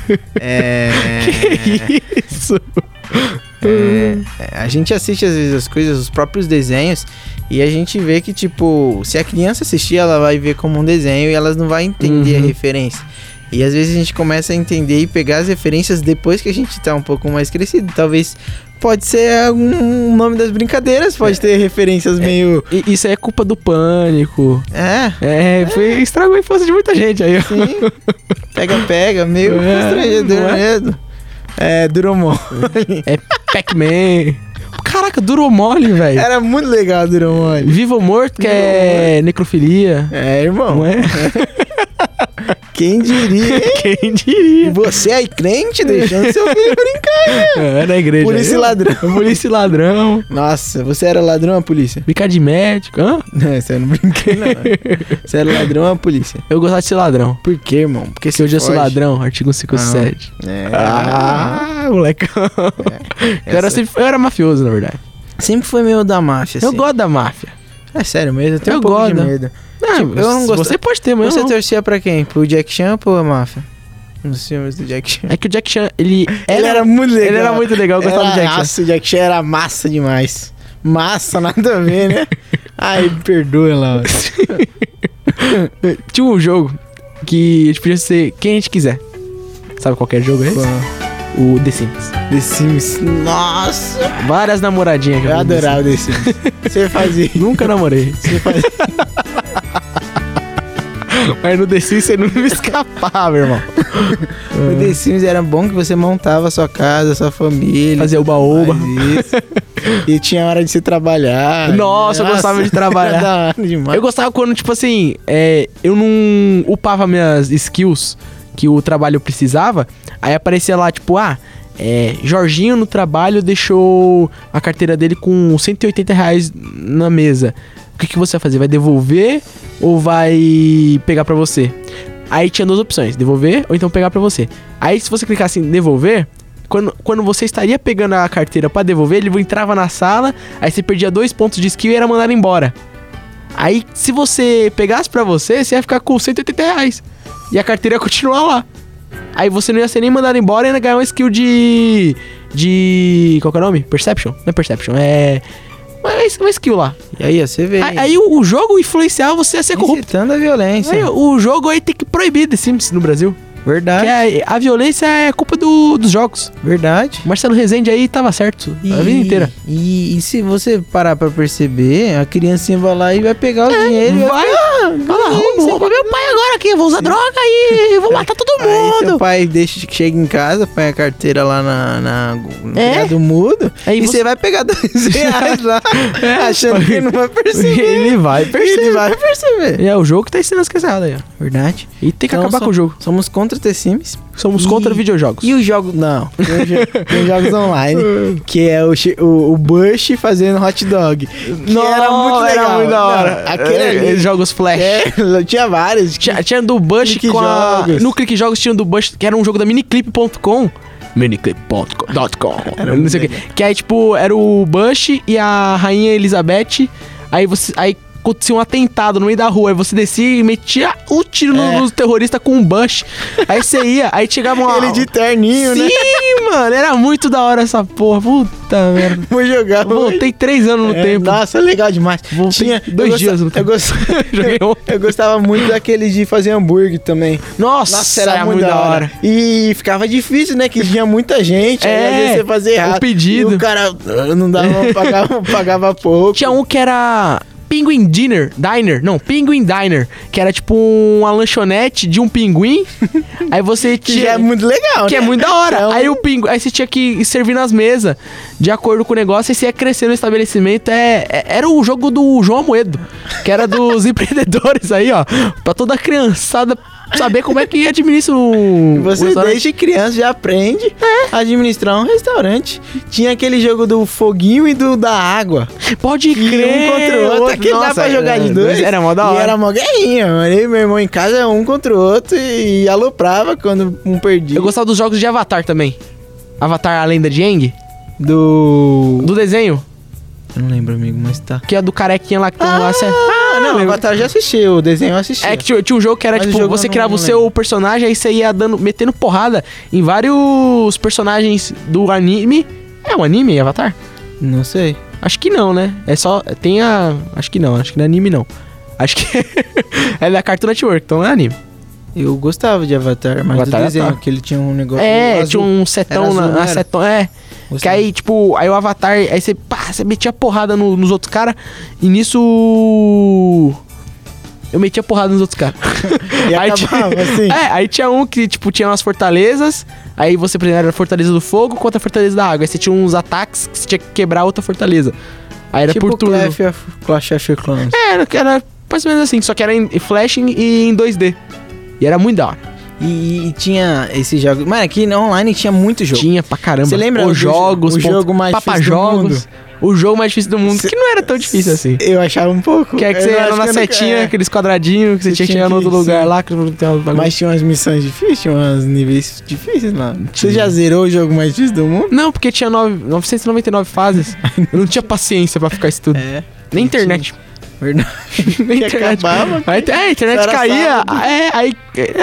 Speaker 1: Que isso?
Speaker 4: A gente assiste às vezes as coisas, os próprios desenhos, e a gente vê que, tipo, se a criança assistir, ela vai ver como um desenho e ela não vai entender a referência. E às vezes a gente começa a entender e pegar as referências depois que a gente tá um pouco mais crescido. Talvez pode ser algum nome das brincadeiras, pode ter referências meio...
Speaker 1: Isso aí é culpa do Pânico. Estragou a infância de muita gente aí.
Speaker 4: Sim. Pega, meio constrangedor mesmo. Duromole.
Speaker 1: É Pac-Man. Caraca, Duromole, velho.
Speaker 4: Era muito legal Duromole.
Speaker 1: Vivo ou Morto, que é necrofilia.
Speaker 4: Irmão.
Speaker 1: Não é?
Speaker 4: Quem diria, hein?
Speaker 1: Quem diria?
Speaker 4: E você aí, crente, deixando seu filho brincar.
Speaker 1: Na igreja.
Speaker 4: Polícia e ladrão.
Speaker 1: Polícia e ladrão.
Speaker 4: Nossa, você era ladrão ou polícia?
Speaker 1: Brincar de médico. Hã?
Speaker 4: Você não brinquei, não. Você era ladrão ou polícia?
Speaker 1: Eu gostava de ser ladrão.
Speaker 4: Por quê, irmão? Porque
Speaker 1: hoje eu sou ladrão, artigo 157. Molecão. Eu era mafioso, na verdade.
Speaker 4: Sempre foi meio da máfia, assim.
Speaker 1: Eu gosto da máfia.
Speaker 4: É sério mesmo, eu tenho um pouco de medo.
Speaker 1: Não, tipo, eu não gosto. Você pode ter, mas
Speaker 4: você torcia pra quem? Pro Jack Chan ou pra máfia? Nos filmes do Jack Chan.
Speaker 1: É que o Jack Chan, ele
Speaker 4: era muito legal.
Speaker 1: Ele era muito legal, eu gostava do Jack Chan.
Speaker 4: Nossa, o Jack Chan era massa demais. Massa, nada a ver, né? Ai, me perdoa lá.
Speaker 1: Tinha um jogo que a gente podia ser quem a gente quiser. Sabe qual jogo é esse? O The Sims.
Speaker 4: The Sims. Nossa!
Speaker 1: Várias namoradinhas que
Speaker 4: eu adorava The Sims. Você fazia?
Speaker 1: Nunca namorei.
Speaker 4: Você fazia?
Speaker 1: Mas no The Sims você não me escapava, irmão.
Speaker 4: No The Sims era bom que você montava a sua casa, a sua família.
Speaker 1: Fazia oba-oba.
Speaker 4: E tinha hora de se trabalhar.
Speaker 1: Nossa, eu gostava de trabalhar. Eu gostava quando, tipo assim, eu não upava minhas skills que o trabalho precisava. Aí aparecia lá, tipo, Jorginho no trabalho deixou a carteira dele com R$180 na mesa. O que você vai fazer? Vai devolver ou vai pegar pra você? Aí tinha duas opções, devolver ou então pegar pra você. Aí se você clicasse em devolver, quando você estaria pegando a carteira pra devolver, ele entrava na sala, aí você perdia 2 pontos de skill e era mandado embora. Aí se você pegasse pra você ia ficar com R$180. E a carteira ia continuar lá. Aí você não ia ser nem mandado embora e ainda ganhar uma skill de... Qual que é o nome? Perception? Não é Perception, é... Uma skill lá.
Speaker 4: E aí, você vê.
Speaker 1: Aí o jogo influenciava você a ser corrupto.
Speaker 4: Incitando a violência.
Speaker 1: Aí, o jogo aí tem que proibir The Sims no Brasil.
Speaker 4: Verdade.
Speaker 1: Que a violência é culpa dos jogos.
Speaker 4: Verdade.
Speaker 1: Marcelo Rezende aí tava certo a vida inteira.
Speaker 4: E se você parar pra perceber, a criancinha vai lá e vai pegar o dinheiro.
Speaker 1: vou roubar meu pai agora aqui, vou usar droga e vou matar todo
Speaker 4: Aí
Speaker 1: mundo.
Speaker 4: seu pai chega em casa, põe a carteira lá do mudo,
Speaker 1: Aí
Speaker 4: e você vai pegar R$2 lá, achando que ele não vai perceber.
Speaker 1: Ele vai perceber.
Speaker 4: Ele vai perceber.
Speaker 1: É o jogo que tá ensinando as coisas erradas aí, ó.
Speaker 4: Verdade.
Speaker 1: E tem que
Speaker 4: Então,
Speaker 1: acabar com o jogo.
Speaker 4: Somos contra The Sims.
Speaker 1: Somos contra videojogos.
Speaker 4: E os jogos... Não. Tem jogos online, que é o Bush fazendo hot dog. Que era muito legal.
Speaker 1: Era muito da hora.
Speaker 4: Não, aquele ali...
Speaker 1: Jogos Flash.
Speaker 4: Tinha vários.
Speaker 1: Tinha do Bush
Speaker 4: Clique
Speaker 1: com a...
Speaker 4: Jogos.
Speaker 1: No Clique Jogos tinha do Bush, que era um jogo da Miniclip.com. Miniclip.com. Não sei o que. Que aí, tipo, era o Bush e a Rainha Elizabeth. Aí acontecia um atentado no meio da rua. Aí você descia e metia o tiro nos terroristas com um Bush. Aí você ia, aí chegava uma...
Speaker 4: Ele de terninho, né?
Speaker 1: Sim, mano. Era muito da hora essa porra. Puta merda.
Speaker 4: Vou jogar.
Speaker 1: Voltei 3 anos no tempo.
Speaker 4: Nossa, legal demais.
Speaker 1: Voltei 2 dias no tempo.
Speaker 4: Eu gostava muito daquele de fazer hambúrguer também.
Speaker 1: Nossa, era muito da hora.
Speaker 4: E ficava difícil, né? Que tinha muita gente. Aí às vezes você fazia errado.
Speaker 1: O pedido.
Speaker 4: E o cara não dava, pagava pouco.
Speaker 1: Tinha um que era... Penguin Diner, Penguin Diner, que era tipo uma lanchonete de um pinguim. Aí você tinha...
Speaker 4: Que é muito legal,
Speaker 1: que
Speaker 4: né?
Speaker 1: é muito da hora. Aí aí você tinha que servir nas mesas, de acordo com o negócio, e você ia crescer no estabelecimento. Era o jogo do João Amoedo, que era dos empreendedores aí, ó. Pra toda criançada saber como é que administra
Speaker 4: Você desde criança já aprende a administrar um restaurante. Tinha aquele jogo do foguinho e da água.
Speaker 1: Pode crer.
Speaker 4: Um contra o outro. Aquele dá pra jogar de dois.
Speaker 1: Era mó da hora.
Speaker 4: E era mó guerrinha, mano. Eu e meu irmão em casa, um contra o outro, e aloprava quando um perdia.
Speaker 1: Eu gostava dos jogos de Avatar também. Avatar, a lenda de Aang.
Speaker 4: Do
Speaker 1: desenho.
Speaker 4: Eu não lembro, amigo, mas tá.
Speaker 1: Que é do carequinha lá que tem uma...
Speaker 4: não, Avatar eu já assisti, o desenho eu assisti.
Speaker 1: É que tinha um jogo que era, mas tipo, você criava o seu personagem, aí você ia metendo porrada em vários personagens do anime. É um anime, Avatar?
Speaker 4: Não sei.
Speaker 1: Acho que não, né? É só... Tem a... Acho que não é anime, não. Acho que... é da Cartoon Network, então não é anime.
Speaker 4: Eu gostava de Avatar, mas
Speaker 1: Avatar
Speaker 4: do desenho, que ele tinha um negócio
Speaker 1: azul. Tinha um setão na setão, Gostava. Que aí, tipo, aí o Avatar, aí você metia porrada nos outros caras, e nisso... Eu metia porrada nos outros caras.
Speaker 4: E aí acabava, assim?
Speaker 1: Aí tinha um que, tipo, tinha umas fortalezas, aí você, por exemplo, era a fortaleza do fogo contra a fortaleza da água, aí você tinha uns ataques que você tinha que quebrar outra fortaleza. Aí era
Speaker 4: tipo
Speaker 1: por turno.
Speaker 4: Clash of Clans.
Speaker 1: Era mais ou menos assim, só que era em Flash e em 2D. E era muito da hora.
Speaker 4: E tinha esse jogo. Mano, aqui online tinha muito jogo.
Speaker 1: Tinha pra caramba.
Speaker 4: Você lembra
Speaker 1: os jogos,
Speaker 4: o jogo mais difícil do mundo?
Speaker 1: O jogo mais difícil do mundo, que não era tão difícil assim.
Speaker 4: Eu achava um pouco.
Speaker 1: Que é que você ia na setinha, aqueles quadradinhos, que você tinha que chegar no outro lugar lá.
Speaker 4: Mas tinha umas missões difíceis, tinha uns níveis difíceis lá. Você já zerou o jogo mais difícil do mundo?
Speaker 1: Não, porque tinha 999 fases. Eu não tinha paciência pra ficar isso tudo. Nem internet.
Speaker 4: Verdade.
Speaker 1: Nem internet.
Speaker 4: Acabava,
Speaker 1: a internet caía. Aí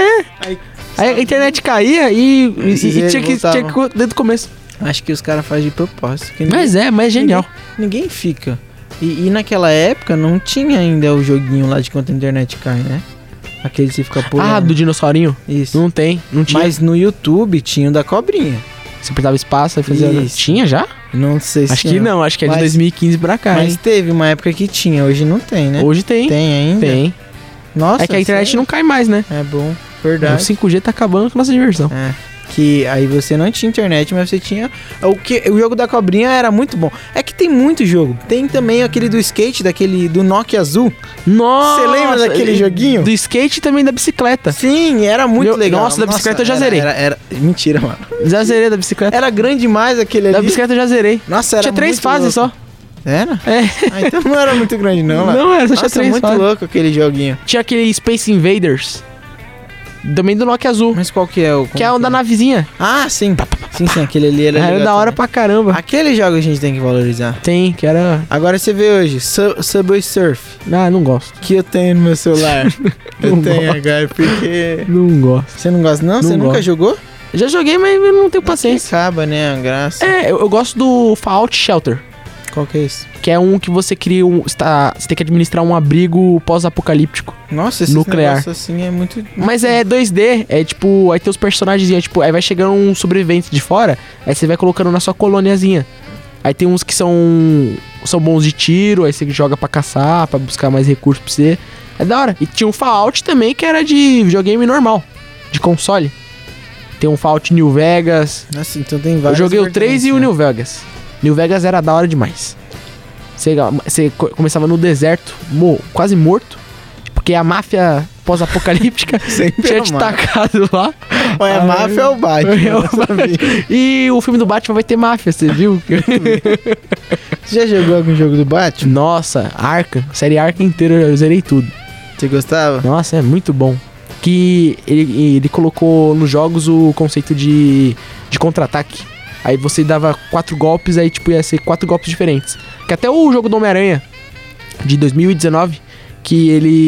Speaker 1: a internet caía e tinha que desde o começo.
Speaker 4: Acho que os caras fazem de propósito.
Speaker 1: Mas é genial.
Speaker 4: Ninguém fica. E naquela época não tinha ainda o joguinho lá de quando a internet cai, né? Aquele que você fica pulando.
Speaker 1: Do dinossaurinho?
Speaker 4: Isso.
Speaker 1: Não tinha.
Speaker 4: Mas no YouTube tinha o da cobrinha.
Speaker 1: Você apertava espaço e fazia...
Speaker 4: Isso.
Speaker 1: Tinha já?
Speaker 4: Não sei se
Speaker 1: Acho que não, acho que é de 2015 pra cá,
Speaker 4: Mas teve uma época que tinha, hoje não tem, né?
Speaker 1: Hoje tem.
Speaker 4: Tem ainda?
Speaker 1: Tem.
Speaker 4: Nossa,
Speaker 1: é que a internet não cai mais, né?
Speaker 4: É bom, verdade.
Speaker 1: O 5G tá acabando com a nossa diversão.
Speaker 4: Que aí você não tinha internet, mas você tinha... O jogo da cobrinha era muito bom. É que tem muito jogo. Tem também aquele do skate, do Nokia azul.
Speaker 1: Nossa!
Speaker 4: Você lembra daquele joguinho?
Speaker 1: Do skate e também da bicicleta.
Speaker 4: Sim, era muito legal.
Speaker 1: Nossa, da bicicleta eu já zerei.
Speaker 4: Mentira, mano.
Speaker 1: Já zerei da bicicleta.
Speaker 4: Era grande demais aquele ali.
Speaker 1: Da bicicleta eu já zerei.
Speaker 4: Nossa, era
Speaker 1: tinha 3 fases
Speaker 4: louco.
Speaker 1: Só.
Speaker 4: Era? Então não era muito grande, não.
Speaker 1: Não, era só tinha 3
Speaker 4: muito
Speaker 1: fases.
Speaker 4: louco aquele joguinho.
Speaker 1: Tinha aquele Space Invaders. Também do Nokia azul.
Speaker 4: Mas qual que é o...
Speaker 1: Que é o da navezinha.
Speaker 4: Ah, sim. Sim, aquele ali era
Speaker 1: da
Speaker 4: também.
Speaker 1: hora pra caramba.
Speaker 4: Aquele jogo a gente tem que valorizar.
Speaker 1: Tem, que era...
Speaker 4: Agora você vê hoje, Subway Surf.
Speaker 1: Não gosto.
Speaker 4: Que eu tenho no meu celular. Eu tenho agora, porque...
Speaker 1: Não gosto.
Speaker 4: Você não gosta não? Você nunca jogou?
Speaker 1: Já joguei, mas eu não tenho paciência.
Speaker 4: Acaba, né, a graça.
Speaker 1: Eu gosto do Fallout Shelter.
Speaker 4: Qual que é esse?
Speaker 1: Que é um que você cria você tem que administrar um abrigo pós-apocalíptico.
Speaker 4: Nossa, esse
Speaker 1: nuclear.
Speaker 4: Assim é muito...
Speaker 1: Mas é 2D, é tipo, aí tem os personagens, tipo, aí vai chegando um sobrevivente de fora, aí você vai colocando na sua colôniazinha. Aí tem uns que são bons de tiro, aí você joga pra caçar, pra buscar mais recursos pra você. É da hora. E tinha um Fallout também que era de videogame normal, de console. Tem um Fallout New Vegas.
Speaker 4: Nossa, então tem vários.
Speaker 1: Eu joguei o 3 e o New Vegas. New Vegas era da hora demais. Você começava no deserto, quase morto, porque a máfia pós-apocalíptica tinha te tacado lá.
Speaker 4: Olha, a máfia é o Batman.
Speaker 1: E o filme do Batman vai ter máfia, você viu?
Speaker 4: Você já jogou algum jogo do Batman?
Speaker 1: Nossa, Arkham, série Arkham inteira, eu zerei tudo.
Speaker 4: Você gostava?
Speaker 1: Nossa, é muito bom. Que ele colocou nos jogos o conceito de contra-ataque. Aí você dava 4 golpes, aí tipo ia ser 4 golpes diferentes. Que até o jogo do Homem-Aranha de 2019, que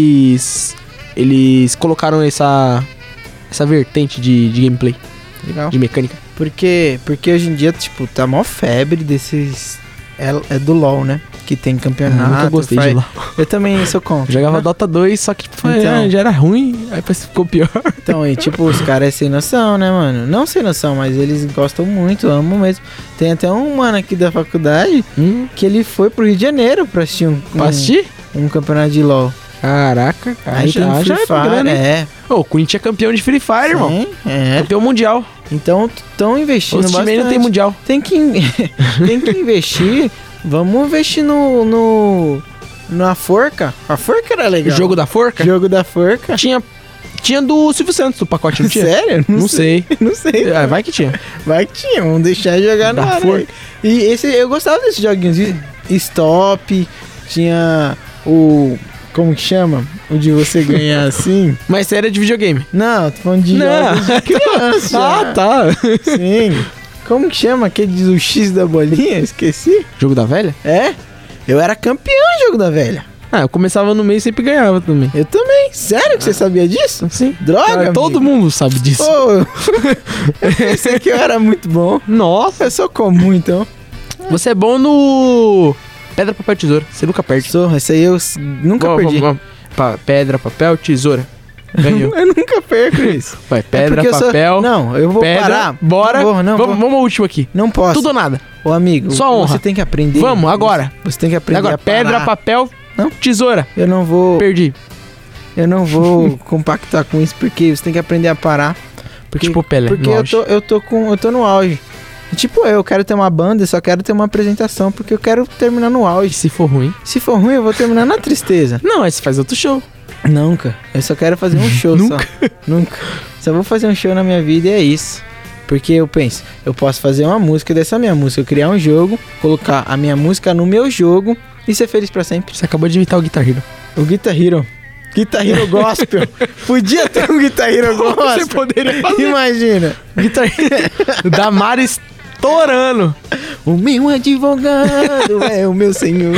Speaker 1: eles colocaram essa vertente de gameplay.
Speaker 4: Legal.
Speaker 1: De mecânica.
Speaker 4: Porque hoje em dia, tipo, tá mó febre desses... É do LoL, né? Que tem campeonato.
Speaker 1: Eu nunca gostei de LoL.
Speaker 4: Eu também sou contra.
Speaker 1: Jogava Dota 2, só que então, já era ruim, aí depois ficou pior.
Speaker 4: Então, e tipo, os caras é sem noção, né, mano? Não sem noção, mas eles gostam muito, amam mesmo. Tem até um mano aqui da faculdade que ele foi pro Rio de Janeiro pra assistir um campeonato de LoL.
Speaker 1: Caraca, cara.
Speaker 4: Aí tem Free Fire,
Speaker 1: O Corinthians é campeão de Free Fire, irmão. Campeão mundial.
Speaker 4: Então, estão investindo
Speaker 1: bastante. Os times não tem mundial.
Speaker 4: Tem que investir. Vamos investir na forca. A forca era legal.
Speaker 1: O jogo da forca?
Speaker 4: Jogo da forca.
Speaker 1: Tinha do Silvio Santos do pacote, não tinha?
Speaker 4: Sério?
Speaker 1: Não sei.
Speaker 4: Não sei.
Speaker 1: Vai que tinha.
Speaker 4: Vai que tinha. Vamos deixar jogar na forca. E eu gostava desses joguinhos. Stop. Tinha o... Como que chama? O de você ganhar assim.
Speaker 1: Mas era de videogame.
Speaker 4: Não, tô falando de jogos de criança.
Speaker 1: Tá.
Speaker 4: Sim. Como que chama? Aquele do X da bolinha? Esqueci.
Speaker 1: Jogo da velha?
Speaker 4: É. Eu era campeão de jogo da velha.
Speaker 1: Eu começava no meio e sempre ganhava também.
Speaker 4: Eu também. Sério que você sabia disso?
Speaker 1: Sim.
Speaker 4: Droga,
Speaker 1: cara, todo mundo sabe disso.
Speaker 4: Eu pensei que eu era muito bom.
Speaker 1: Nossa.
Speaker 4: Eu sou comum, então.
Speaker 1: Você é bom no... Pedra, papel, tesoura. Você nunca perde.
Speaker 4: Esse aí eu nunca perdi.
Speaker 1: Pedra, papel, tesoura. Ganhou.
Speaker 4: Eu nunca perco isso.
Speaker 1: Vai, pedra, papel.
Speaker 4: Não, eu vou parar.
Speaker 1: Bora. Vamos ao último aqui.
Speaker 4: Não posso.
Speaker 1: Tudo ou nada.
Speaker 4: Ô, amigo.
Speaker 1: Só honra.
Speaker 4: Você tem que aprender.
Speaker 1: Vamos, agora.
Speaker 4: Você tem que aprender
Speaker 1: agora,
Speaker 4: a parar.
Speaker 1: pedra, papel, tesoura.
Speaker 4: Eu não vou...
Speaker 1: Perdi.
Speaker 4: Eu não vou compactar com isso, porque você tem que aprender a parar. Porque,
Speaker 1: tipo Pelé,
Speaker 4: porque eu tô no auge. Tipo, eu quero ter uma banda, eu só quero ter uma apresentação, porque eu quero terminar no auge.
Speaker 1: Se for ruim?
Speaker 4: Se for ruim, eu vou terminar na tristeza.
Speaker 1: Não, aí você faz outro show.
Speaker 4: Nunca. Eu só quero fazer um show só. Nunca. Só vou fazer um show na minha vida e é isso. Porque eu penso, eu posso fazer uma música dessa minha música, eu criar um jogo, colocar a minha música no meu jogo e ser feliz pra sempre.
Speaker 1: Você acabou de imitar o Guitar Hero.
Speaker 4: O Guitar Hero. Guitar Hero Gospel. Podia ter um Guitar Hero Gospel.
Speaker 1: Você poderia fazer.
Speaker 4: Imagina.
Speaker 1: Guitar Hero. Damares estourando.
Speaker 4: O meu advogado é o meu senhor.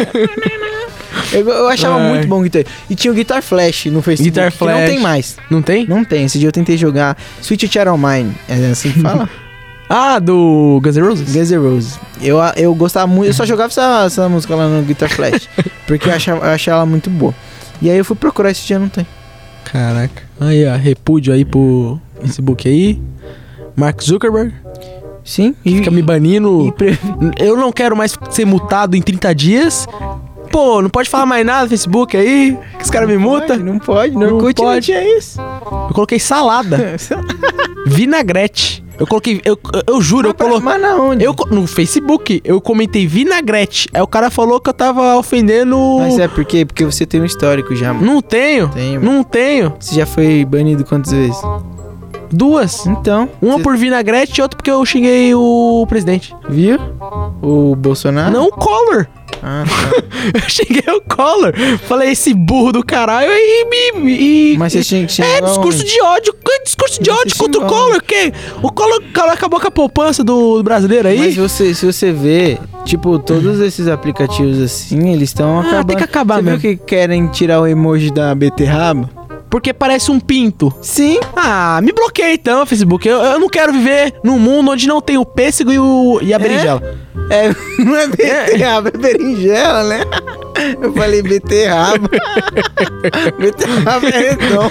Speaker 4: Eu achava muito bom o Guitar Hero. E tinha o Guitar Flash no Facebook.
Speaker 1: Guitar Flash.
Speaker 4: Não tem mais.
Speaker 1: Não tem?
Speaker 4: Não tem. Esse dia eu tentei jogar Sweet Child O' Mine. É assim que fala?
Speaker 1: Do Guns N' Roses?
Speaker 4: Guns N' Roses. Eu gostava muito. Eu só jogava essa música lá no Guitar Flash. Porque eu achava ela muito boa. E aí eu fui procurar, esse dia não tem.
Speaker 1: Caraca. Aí, ó, repúdio aí pro Facebook aí. Mark Zuckerberg.
Speaker 4: Sim.
Speaker 1: Fica me banindo. Eu não quero mais ser multado em 30 dias. Pô, não pode falar mais nada no Facebook aí, que os caras me multam.
Speaker 4: Não pode. Não pode. É isso.
Speaker 1: Eu coloquei salada. Vinagrete. Eu coloquei, eu juro, eu coloquei.
Speaker 4: Mas na onde?
Speaker 1: No Facebook, eu comentei vinagrete. Aí o cara falou que eu tava ofendendo.
Speaker 4: Mas é por quê? Porque você tem um histórico já, mano.
Speaker 1: Não tenho. Não tenho.
Speaker 4: Você já foi banido quantas vezes?
Speaker 1: 2.
Speaker 4: Então.
Speaker 1: Uma por vinagrete e outra porque eu xinguei o presidente.
Speaker 4: Viu? O Bolsonaro?
Speaker 1: Não, o Collor.
Speaker 4: Ah, tá.
Speaker 1: Eu xinguei o Collor. Falei, esse burro do caralho
Speaker 4: Mas você xingou
Speaker 1: discurso de ódio. Discurso de ódio contra o Collor. O Collor acabou com a poupança do brasileiro aí.
Speaker 4: Mas se você vê, tipo, todos esses aplicativos assim, eles estão acabando.
Speaker 1: Tem que acabar mesmo.
Speaker 4: Você viu que querem tirar o emoji da beterraba?
Speaker 1: Porque parece um pinto.
Speaker 4: Sim.
Speaker 1: Me bloqueia então, Facebook. Eu não quero viver num mundo onde não tem o pêssego e a berinjela.
Speaker 4: Não é beterraba, é berinjela, né? Eu falei beterraba. Beterraba é redondo.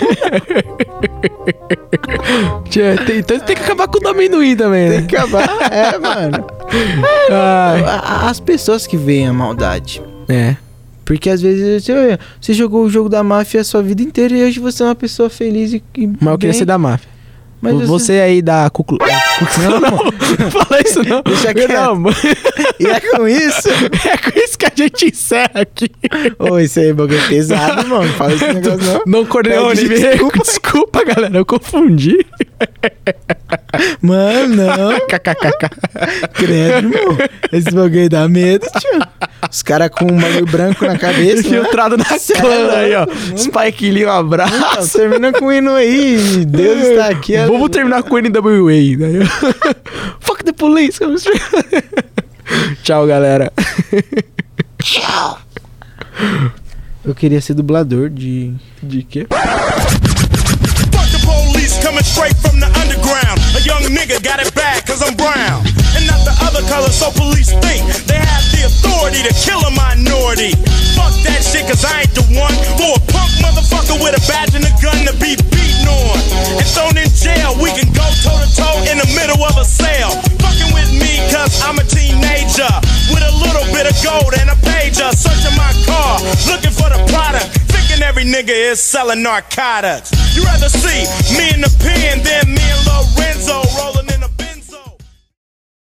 Speaker 1: Então tem que acabar com o amendoim também, né?
Speaker 4: Tem que acabar, mano. As pessoas que veem a maldade. Porque às vezes você jogou o jogo da máfia a sua vida inteira e hoje você é uma pessoa feliz e
Speaker 1: Mas eu queria ser da máfia.
Speaker 4: Mas
Speaker 1: você aí da não fala isso não.
Speaker 4: Deixa quieto.
Speaker 1: Não,
Speaker 4: e é com isso?
Speaker 1: É com isso que a gente encerra aqui.
Speaker 4: Ô, isso aí, bagulho é pesado, mano. Não fala esse negócio não.
Speaker 1: Não, Corleone, desculpa, galera, eu confundi.
Speaker 4: Mano, não. Credo, irmão. Esse bagulho dá medo, tio. Os caras com um bagulho branco na cabeça.
Speaker 1: Infiltrado na cana aí, ó. Spike Lee, um abraço.
Speaker 4: Não, termina com o hino aí. Deus está aqui.
Speaker 1: Vamos terminar com o NWA. Né? Fuck the police. Tchau, galera.
Speaker 4: Tchau. Eu queria ser dublador de quê?
Speaker 5: Coming straight from the underground. A young nigga got it bad cause I'm brown. And not the other color, so police think they have the authority to kill a minority. Fuck that shit cause I ain't the one for a punk motherfucker with a badge and a gun to be beaten on and thrown in jail. We can go toe to toe in the middle of a sale. Fucking with me cause I'm a teenager with a little bit of gold and a pager. Searching my car, looking for the product. Thinking every nigga is selling narcotics. You rather see me in the pen than me and Lorenzo rolling